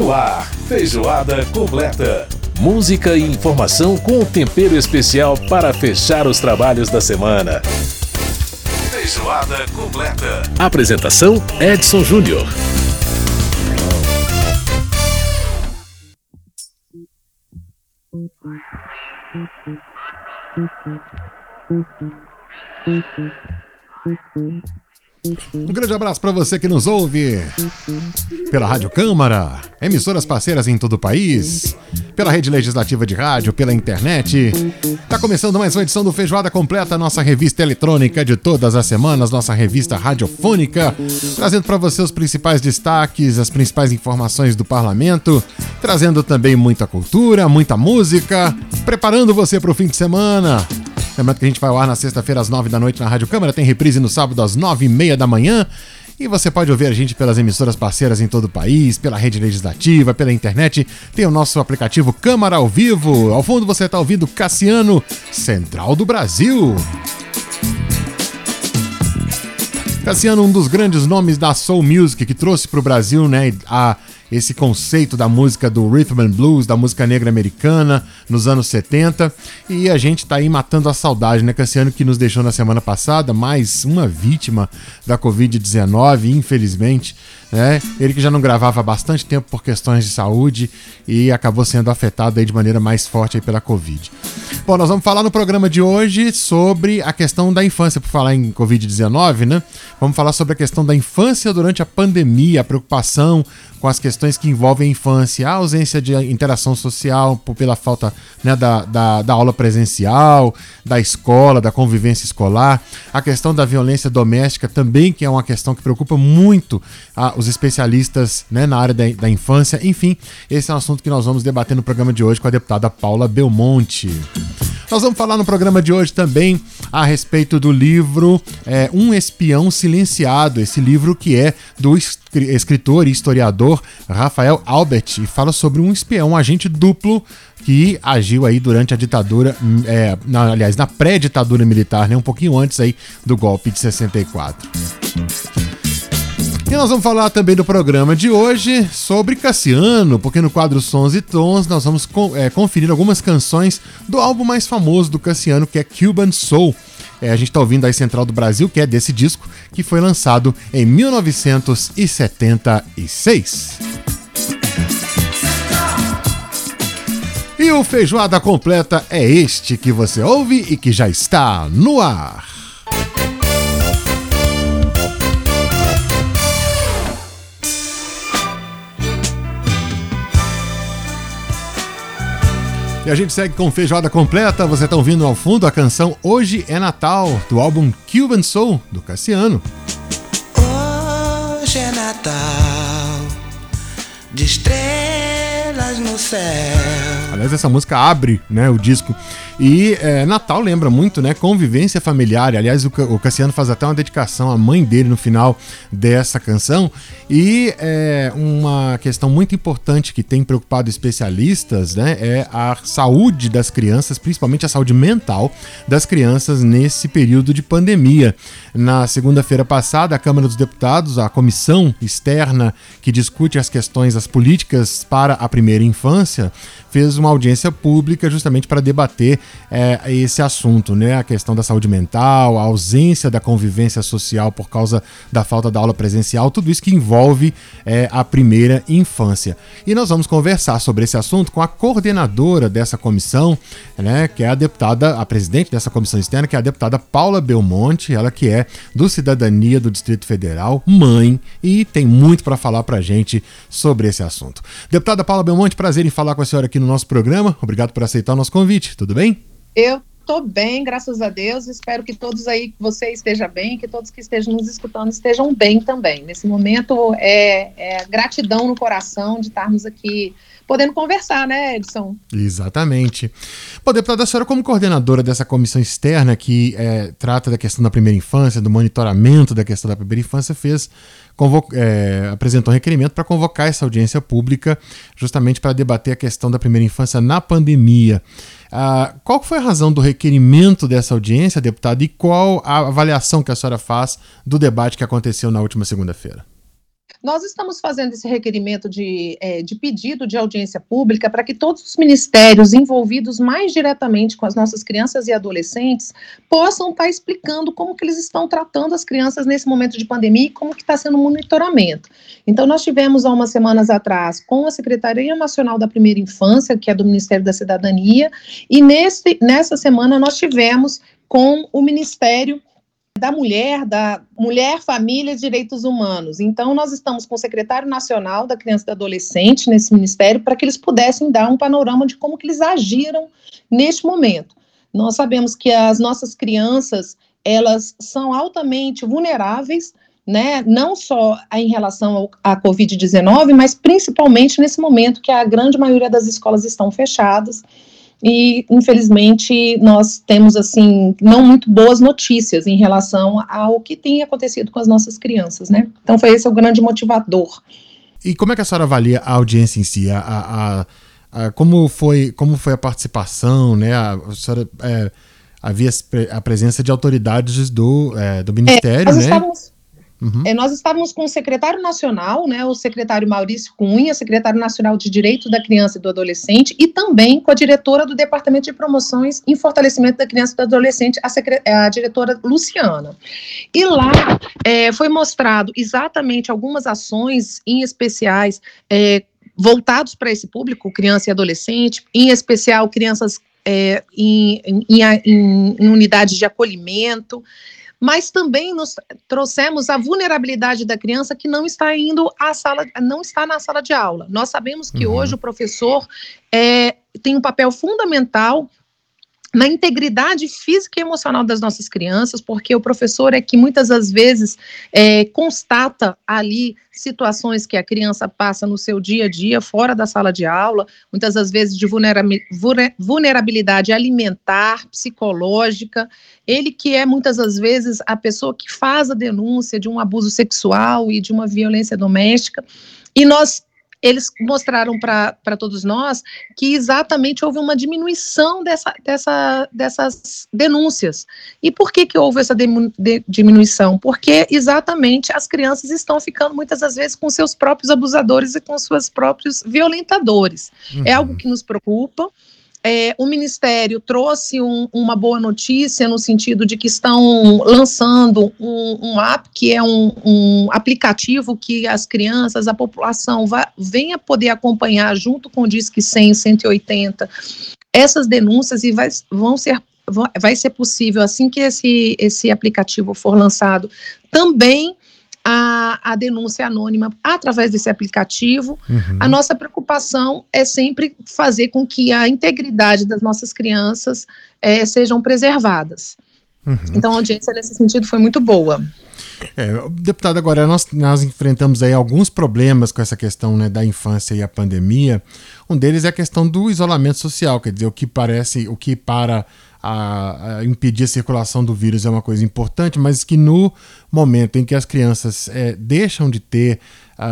No ar, Feijoada Completa. Música e informação com um tempero especial para fechar os trabalhos da semana. Feijoada Completa. Apresentação: Edson Júnior. Um grande abraço para você que nos ouve pela Rádio Câmara, emissoras parceiras em todo o país, pela rede legislativa de rádio, pela internet. Tá começando mais uma edição do Feijoada Completa, nossa revista eletrônica de todas as semanas, nossa revista radiofônica, trazendo para você os principais destaques, as principais informações do parlamento, trazendo também muita cultura, muita música, preparando você para o fim de semana. Lembrando que a gente vai ao ar na sexta-feira às 9 da noite na Rádio Câmara, tem reprise no sábado às 9h30 da manhã. E você pode ouvir a gente pelas emissoras parceiras em todo o país, pela rede legislativa, pela internet. Tem o nosso aplicativo Câmara ao Vivo. Ao fundo você está ouvindo Cassiano, Central do Brasil. Cassiano, um dos grandes nomes da Soul Music, que trouxe para o Brasil, né, esse conceito da música do Rhythm and Blues, da música negra americana, nos anos 70. E a gente tá aí matando a saudade, né, Cassiano, que nos deixou na semana passada, mais uma vítima da Covid-19, infelizmente, né? Ele que já não gravava há bastante tempo por questões de saúde e acabou sendo afetado aí de maneira mais forte aí pela Covid. Bom, nós vamos falar no programa de hoje sobre a questão da infância, por falar em Covid-19, né? Vamos falar sobre a questão da infância durante a pandemia, a preocupação com as questões que envolvem a infância, a ausência de interação social pela falta, né, da aula presencial, da escola, da convivência escolar, a questão da violência doméstica também, que é uma questão que preocupa muito os especialistas, né, na área da infância. Enfim, esse é um assunto que nós vamos debater no programa de hoje com a deputada Paula Belmonte. Nós vamos falar no programa de hoje também a respeito do livro Um Espião Silenciado, esse livro que é do escritor e historiador Rafael Albert, e fala sobre um espião, um agente duplo que agiu aí durante a ditadura, na pré-ditadura militar, né, um pouquinho antes aí do golpe de 64. E nós vamos falar também do programa de hoje sobre Cassiano, porque no quadro Sons e Tons nós vamos conferir algumas canções do álbum mais famoso do Cassiano, que é Cuban Soul. A gente está ouvindo aí Central do Brasil, que é desse disco, que foi lançado em 1976. E o Feijoada Completa é este que você ouve e que já está no ar. E a gente segue com Feijoada Completa. Você está ouvindo ao fundo a canção Hoje é Natal, do álbum Cuban Soul, do Cassiano. Hoje é Natal, de estrelas no céu. Aliás, essa música abre, né, o disco. E Natal lembra muito, né, convivência familiar. Aliás, o Cassiano faz até uma dedicação à mãe dele no final dessa canção. E uma questão muito importante que tem preocupado especialistas, né, é a saúde das crianças, principalmente a saúde mental das crianças nesse período de pandemia. Na segunda-feira passada, a Câmara dos Deputados, a comissão externa que discute as questões, as políticas para a primeira infância, fez uma audiência pública justamente para debater esse assunto, né? A questão da saúde mental, a ausência da convivência social por causa da falta da aula presencial, tudo isso que envolve a primeira infância. E nós vamos conversar sobre esse assunto com a coordenadora dessa comissão, né? Que é a presidente dessa comissão externa, que é a deputada Paula Belmonte, ela que é do Cidadania do Distrito Federal, mãe, e tem muito para falar para a gente sobre esse assunto. Deputada Paula Belmonte, prazer em falar com a senhora aqui no nosso programa. Obrigado por aceitar o nosso convite. Tudo bem? Eu estou bem, graças a Deus. Espero que todos aí, que você esteja bem, que todos que estejam nos escutando estejam bem também. Nesse momento, gratidão no coração de estarmos aqui podendo conversar, né, Edson? Exatamente. Bom, deputada, a senhora, como coordenadora dessa comissão externa que trata da questão da primeira infância, do monitoramento da questão da primeira infância, apresentou um requerimento para convocar essa audiência pública justamente para debater a questão da primeira infância na pandemia. Qual foi a razão do requerimento dessa audiência, deputada, e qual a avaliação que a senhora faz do debate que aconteceu na última segunda-feira? Nós estamos fazendo esse requerimento de pedido de audiência pública para que todos os ministérios envolvidos mais diretamente com as nossas crianças e adolescentes possam estar explicando como que eles estão tratando as crianças nesse momento de pandemia e como que está sendo o monitoramento. Então, nós tivemos há umas semanas atrás com a Secretaria Nacional da Primeira Infância, que é do Ministério da Cidadania, e nessa semana nós tivemos com o Ministério da Mulher, Família e Direitos Humanos. Então, nós estamos com o secretário nacional da Criança e do Adolescente nesse ministério para que eles pudessem dar um panorama de como que eles agiram neste momento. Nós sabemos que as nossas crianças, elas são altamente vulneráveis, né, não só em relação à Covid-19, mas principalmente nesse momento que a grande maioria das escolas estão fechadas. E, infelizmente, nós temos, assim, não muito boas notícias em relação ao que tem acontecido com as nossas crianças, né? Então, esse é o grande motivador. E como é que a senhora avalia a audiência em si? Como foi a participação, né? A senhora, havia a presença de autoridades do Ministério, né? Nós estávamos com o secretário nacional, né, o secretário Maurício Cunha, secretário nacional de Direito da Criança e do Adolescente, e também com a diretora do Departamento de Promoções e Fortalecimento da Criança e do Adolescente, a diretora Luciana. E lá foi mostrado exatamente algumas ações em especiais voltados para esse público, criança e adolescente, em especial crianças em unidades de acolhimento, mas também nos trouxemos a vulnerabilidade da criança que não está não está na sala de aula. Nós sabemos que hoje o professor tem um papel fundamental na integridade física e emocional das nossas crianças, porque o professor é que muitas das vezes constata ali situações que a criança passa no seu dia a dia, fora da sala de aula, muitas das vezes de vulnerabilidade alimentar, psicológica. Ele que é muitas das vezes a pessoa que faz a denúncia de um abuso sexual e de uma violência doméstica, e eles mostraram para todos nós que exatamente houve uma diminuição dessas denúncias. E por que houve essa diminuição? Porque exatamente as crianças estão ficando muitas das vezes com seus próprios abusadores e com seus próprios violentadores. É algo que nos preocupa. O Ministério trouxe uma boa notícia no sentido de que estão lançando um app, que é um aplicativo que as crianças, a população venha poder acompanhar junto com o Disque 100, 180, essas denúncias, e vai ser possível, assim que esse aplicativo for lançado, também a denúncia anônima através desse aplicativo. A nossa preocupação é sempre fazer com que a integridade das nossas crianças sejam preservadas. Então a audiência nesse sentido foi muito boa. Deputada, agora nós enfrentamos aí alguns problemas com essa questão, né, da infância e a pandemia. Um deles é a questão do isolamento social, quer dizer, o que para a impedir a circulação do vírus é uma coisa importante, mas que no momento em que as crianças deixam de ter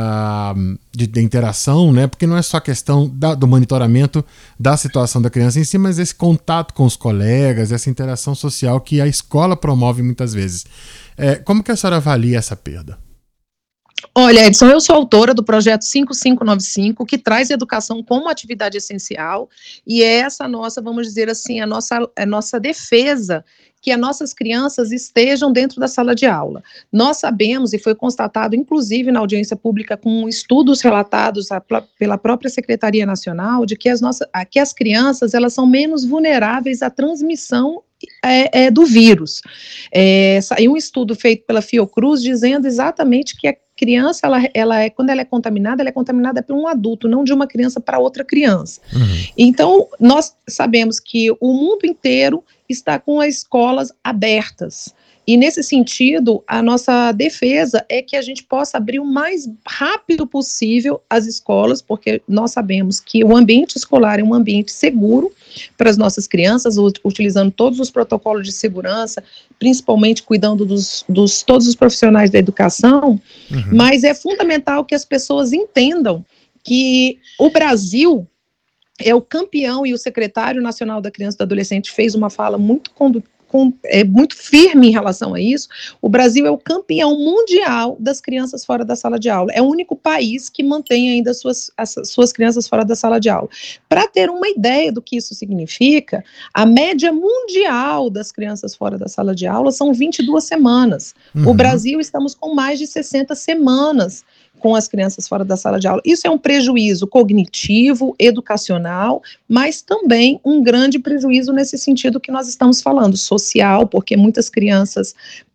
de interação, né, porque não é só a questão do monitoramento da situação da criança em si, mas esse contato com os colegas, essa interação social que a escola promove muitas vezes. Como que a senhora avalia essa perda? Olha, Edson, eu sou autora do projeto 5595, que traz educação como atividade essencial, e é essa nossa, vamos dizer assim, a nossa defesa, que as nossas crianças estejam dentro da sala de aula. Nós sabemos, e foi constatado, inclusive na audiência pública, com estudos relatados pela própria Secretaria Nacional, de que as crianças, elas são menos vulneráveis à transmissão do vírus. Saiu um estudo feito pela Fiocruz dizendo exatamente que a criança, quando ela é contaminada por um adulto, não de uma criança para outra criança. Então, nós sabemos que o mundo inteiro está com as escolas abertas. E, nesse sentido, a nossa defesa é que a gente possa abrir o mais rápido possível as escolas, porque nós sabemos que o ambiente escolar é um ambiente seguro para as nossas crianças, utilizando todos os protocolos de segurança, principalmente cuidando todos os profissionais da educação, mas é fundamental que as pessoas entendam que o Brasil é o campeão, e o secretário nacional da Criança e do Adolescente fez uma fala muito muito firme em relação a isso. O Brasil é o campeão mundial das crianças fora da sala de aula. É o único país que mantém ainda as suas crianças fora da sala de aula. Para ter uma ideia do que isso significa, a média mundial das crianças fora da sala de aula são 22 semanas. O Brasil, estamos com mais de 60 semanas com as crianças fora da sala de aula. Isso é um prejuízo cognitivo, educacional, mas também um grande prejuízo nesse sentido que nós estamos falando, social, porque muitas crianças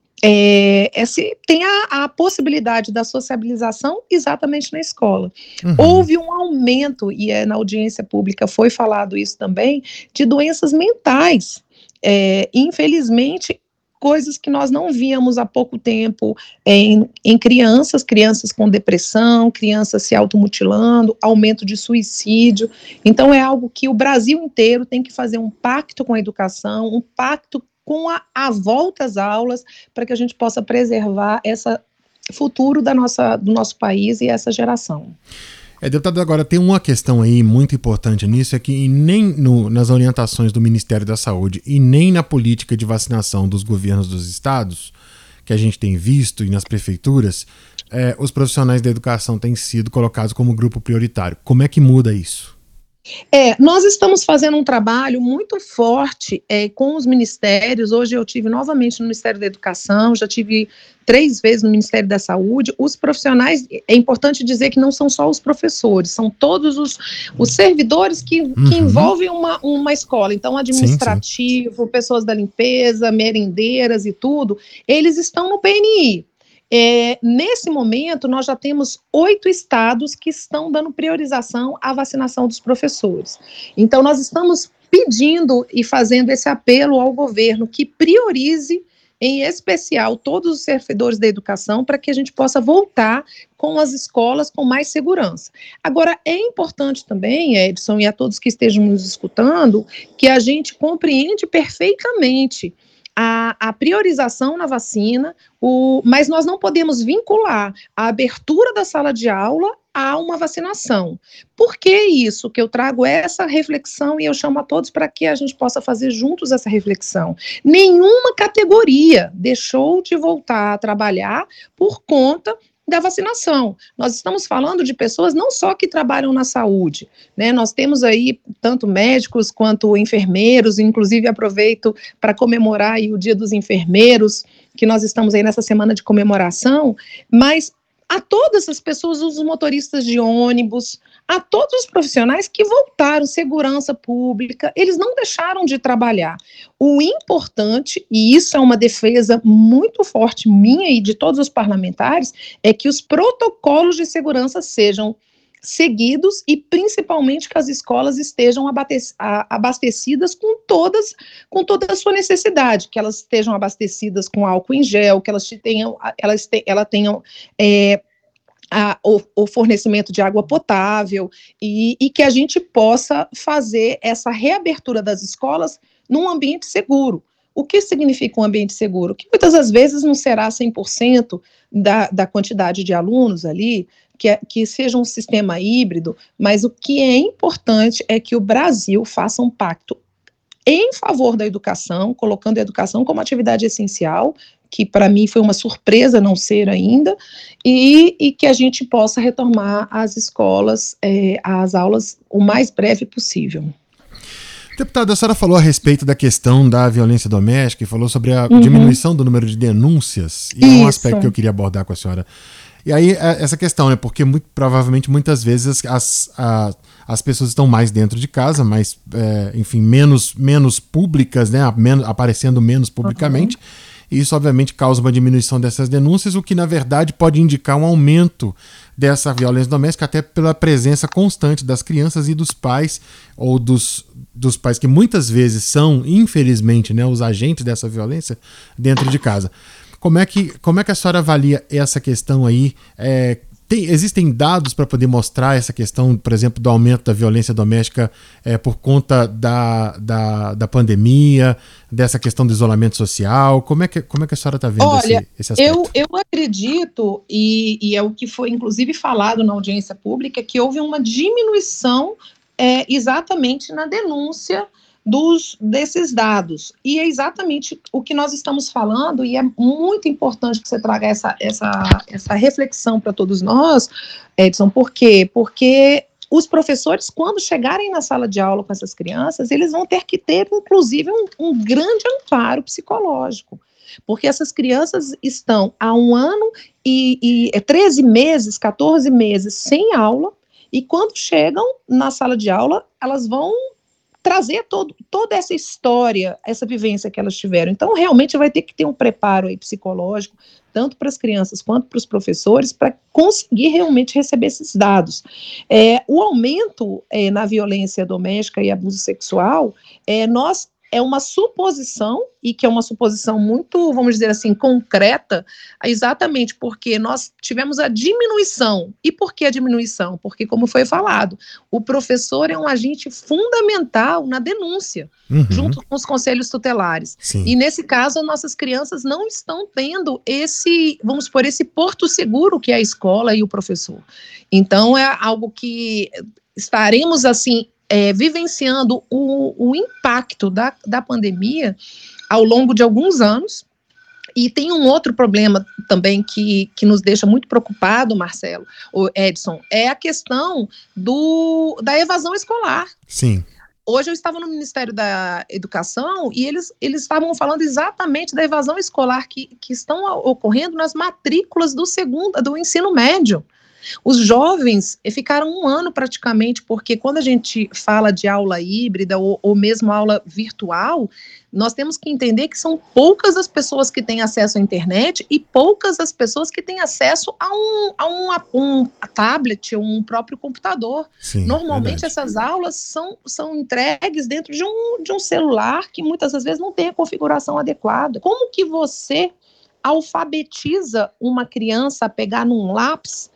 têm a possibilidade da sociabilização exatamente na escola. Houve um aumento, e na audiência pública foi falado isso também, de doenças mentais. Infelizmente, coisas que nós não víamos há pouco tempo em crianças com depressão, crianças se automutilando, aumento de suicídio. Então é algo que o Brasil inteiro tem que fazer um pacto com a educação, um pacto com a volta às aulas, para que a gente possa preservar esse futuro do nosso país e essa geração. Deputado, agora tem uma questão aí muito importante nisso, é que nem nas orientações do Ministério da Saúde e nem na política de vacinação dos governos dos estados, que a gente tem visto, e nas prefeituras, os profissionais da educação têm sido colocados como grupo prioritário. Como é que muda isso? Nós estamos fazendo um trabalho muito forte com os ministérios. Hoje eu tive novamente no Ministério da Educação, já tive 3 vezes no Ministério da Saúde. Os profissionais, é importante dizer que não são só os professores, são todos os servidores que envolvem uma escola. Então, administrativo, sim. Pessoas da limpeza, merendeiras e tudo, eles estão no PNI. Nesse momento, nós já temos 8 estados que estão dando priorização à vacinação dos professores. Então, nós estamos pedindo e fazendo esse apelo ao governo que priorize, em especial, todos os servidores da educação, para que a gente possa voltar com as escolas com mais segurança. Agora, é importante também, Edson, e a todos que estejam nos escutando, que a gente compreende perfeitamente a priorização na vacina, mas nós não podemos vincular a abertura da sala de aula a uma vacinação. Por que isso? Que eu trago essa reflexão e eu chamo a todos para que a gente possa fazer juntos essa reflexão. Nenhuma categoria deixou de voltar a trabalhar por conta da vacinação. Nós estamos falando de pessoas não só que trabalham na saúde, né? Nós temos aí tanto médicos quanto enfermeiros, inclusive aproveito para comemorar aí o Dia dos Enfermeiros, que nós estamos aí nessa semana de comemoração, mas a todas as pessoas, os motoristas de ônibus, a todos os profissionais que voltaram, segurança pública, eles não deixaram de trabalhar. O importante, e isso é uma defesa muito forte minha e de todos os parlamentares, é que os protocolos de segurança sejam seguidos e principalmente que as escolas estejam abastecidas com toda a sua necessidade, que elas estejam abastecidas com álcool em gel, que elas tenham o fornecimento de água potável e que a gente possa fazer essa reabertura das escolas num ambiente seguro. O que significa um ambiente seguro? Que muitas das vezes não será 100% da quantidade de alunos ali, que seja um sistema híbrido, mas o que é importante é que o Brasil faça um pacto em favor da educação, colocando a educação como atividade essencial, que para mim foi uma surpresa não ser ainda, e que a gente possa retomar as escolas, as aulas, o mais breve possível. Deputada, a senhora falou a respeito da questão da violência doméstica e falou sobre a diminuição do número de denúncias, e é um aspecto que eu queria abordar com a senhora. E aí, essa questão, né, porque provavelmente muitas vezes as pessoas estão mais dentro de casa, mais, enfim, menos públicas, né, aparecendo menos publicamente, e isso obviamente causa uma diminuição dessas denúncias, o que na verdade pode indicar um aumento dessa violência doméstica, até pela presença constante das crianças e dos pais, ou dos pais que muitas vezes são, infelizmente, né, os agentes dessa violência dentro de casa. Como é que a senhora avalia essa questão aí? Existem dados para poder mostrar essa questão, por exemplo, do aumento da violência doméstica por conta da pandemia, dessa questão do isolamento social? Como é que a senhora está vendo esse aspecto? Eu acredito, e é o que foi inclusive falado na audiência pública, que houve uma diminuição exatamente na denúncia desses dados. E é exatamente o que nós estamos falando, e é muito importante que você traga essa reflexão para todos nós, Edson. Por quê? Porque os professores, quando chegarem na sala de aula com essas crianças, eles vão ter que ter, inclusive, um grande amparo psicológico, porque essas crianças estão há 1 ano e 13 meses, 14 meses sem aula, e quando chegam na sala de aula, elas vão trazer toda essa história, essa vivência que elas tiveram. Então, realmente vai ter que ter um preparo aí psicológico, tanto para as crianças quanto para os professores, para conseguir realmente receber esses dados. O aumento na violência doméstica e abuso sexual, é uma suposição, e que é uma suposição muito, vamos dizer assim, concreta, exatamente porque nós tivemos a diminuição. E por que a diminuição? Porque, como foi falado, o professor é um agente fundamental na denúncia, junto com os conselhos tutelares. Sim. E, nesse caso, nossas crianças não estão tendo esse porto seguro que é a escola e o professor. Então, é algo que estaremos, assim, vivenciando o impacto da pandemia ao longo de alguns anos. E tem um outro problema também que nos deixa muito preocupado, Marcelo, o Edson, é a questão da evasão escolar. Sim. Hoje eu estava no Ministério da Educação e eles estavam falando exatamente da evasão escolar que estão ocorrendo nas matrículas do ensino médio. Os jovens ficaram 1 ano praticamente, porque quando a gente fala de aula híbrida ou mesmo aula virtual, nós temos que entender que são poucas as pessoas que têm acesso à internet e poucas as pessoas que têm acesso a um tablet ou um próprio computador. Sim, normalmente verdade. Essas aulas são entregues dentro de um celular que muitas das vezes não tem a configuração adequada. Como que você alfabetiza uma criança a pegar num lápis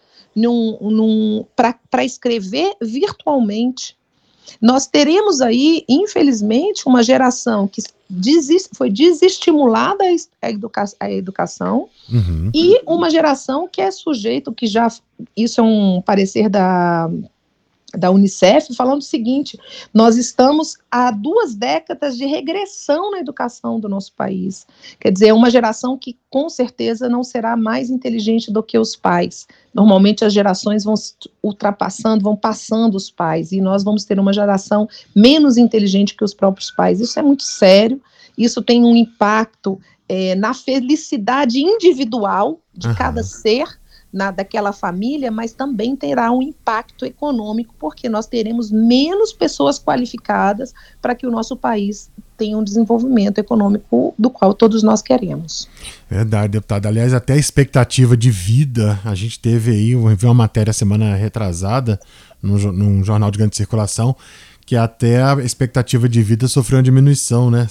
para escrever virtualmente? Nós teremos aí, infelizmente, uma geração que foi desestimulada à educação, e uma geração que é sujeito, isso é um parecer da Unicef, falando o seguinte: nós estamos há 2 décadas de regressão na educação do nosso país. Quer dizer, é uma geração que com certeza não será mais inteligente do que os pais. Normalmente as gerações vão ultrapassando, vão passando os pais, e nós vamos ter uma geração menos inteligente que os próprios pais. Isso é muito sério, isso tem um impacto na felicidade individual de cada ser, daquela família, mas também terá um impacto econômico, porque nós teremos menos pessoas qualificadas para que o nosso país tenha um desenvolvimento econômico do qual todos nós queremos. Verdade, deputada. Aliás, até a expectativa de vida, a gente teve aí, eu vi uma matéria semana retrasada, num jornal de grande circulação, que até a expectativa de vida sofreu uma diminuição, né?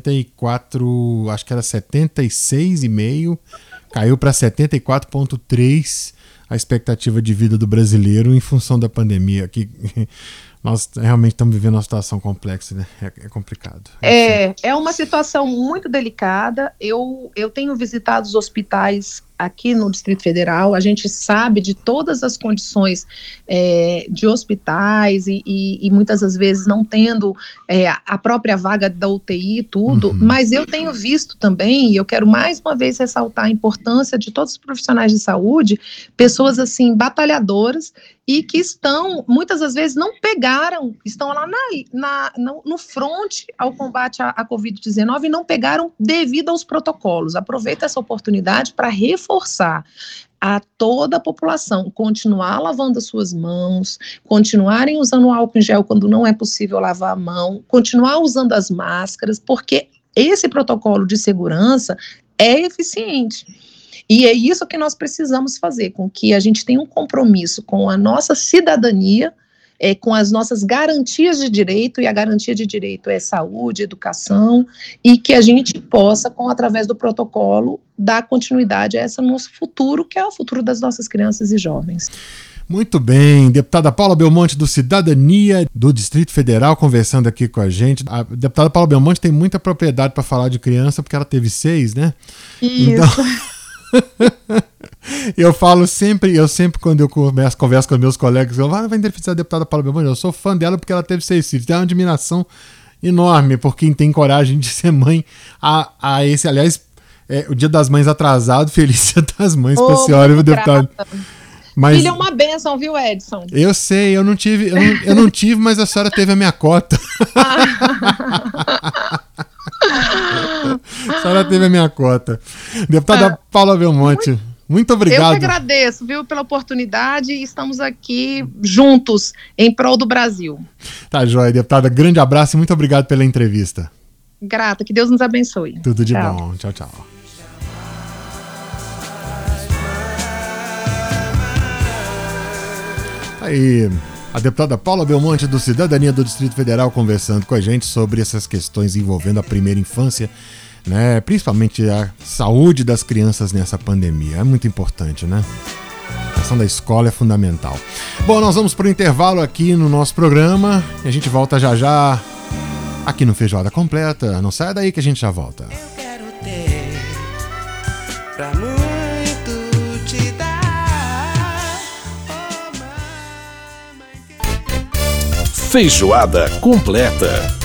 74, acho que era 76,5, caiu para 74,3 a expectativa de vida do brasileiro em função da pandemia. Que nós realmente estamos vivendo uma situação complexa, né? É complicado. É uma situação muito delicada. Eu tenho visitado os hospitais aqui no Distrito Federal. A gente sabe de todas as condições de hospitais e muitas das vezes não tendo a própria vaga da UTI e tudo, mas eu tenho visto também, e eu quero mais uma vez ressaltar a importância de todos os profissionais de saúde, pessoas assim batalhadoras e que estão, muitas das vezes estão lá no fronte ao combate à Covid-19 e não pegaram devido aos protocolos. Aproveito essa oportunidade para reforçar a toda a população continuar lavando as suas mãos, continuarem usando álcool em gel quando não é possível lavar a mão, continuar usando as máscaras, porque esse protocolo de segurança é eficiente. E é isso que nós precisamos fazer, com que a gente tenha um compromisso com a nossa cidadania, com as nossas garantias de direito, e a garantia de direito é saúde, educação, e que a gente possa, através do protocolo, dar continuidade a esse nosso futuro, que é o futuro das nossas crianças e jovens. Muito bem, deputada Paula Belmonte do Cidadania do Distrito Federal conversando aqui com a gente. A deputada Paula Belmonte tem muita propriedade para falar de criança, porque ela teve 6, né? Isso. Então... eu sempre quando eu converso com meus colegas, vai entrevistar a deputada Paula Belmonte, eu sou fã dela porque ela teve 6 filhos, tem uma admiração enorme por quem tem coragem de ser mãe a esse, aliás, o Dia das Mães atrasado, feliz Dia das Mães pra senhora, viu, deputado? Mas filho é uma bênção, viu, Edson? Eu sei, eu não tive, mas a senhora teve a minha cota. A senhora teve a minha cota. Deputada Paula Belmonte, muito obrigado. Eu que agradeço, viu, pela oportunidade, e estamos aqui juntos em prol do Brasil. Tá joia, deputada. Grande abraço e muito obrigado pela entrevista. Grata, que Deus nos abençoe. Tudo de bom. Tchau, tchau. Aí, a deputada Paula Belmonte, do Cidadania do Distrito Federal, conversando com a gente sobre essas questões envolvendo a primeira infância, né? Principalmente a saúde das crianças nessa pandemia. É muito importante, né? A questão da escola é fundamental. Bom, nós vamos para o intervalo aqui no nosso programa e a gente volta já já aqui no Feijoada Completa. Não saia daí que a gente já volta. Eu quero ter pra muito te dar. Oh, mamãe. Feijoada Completa.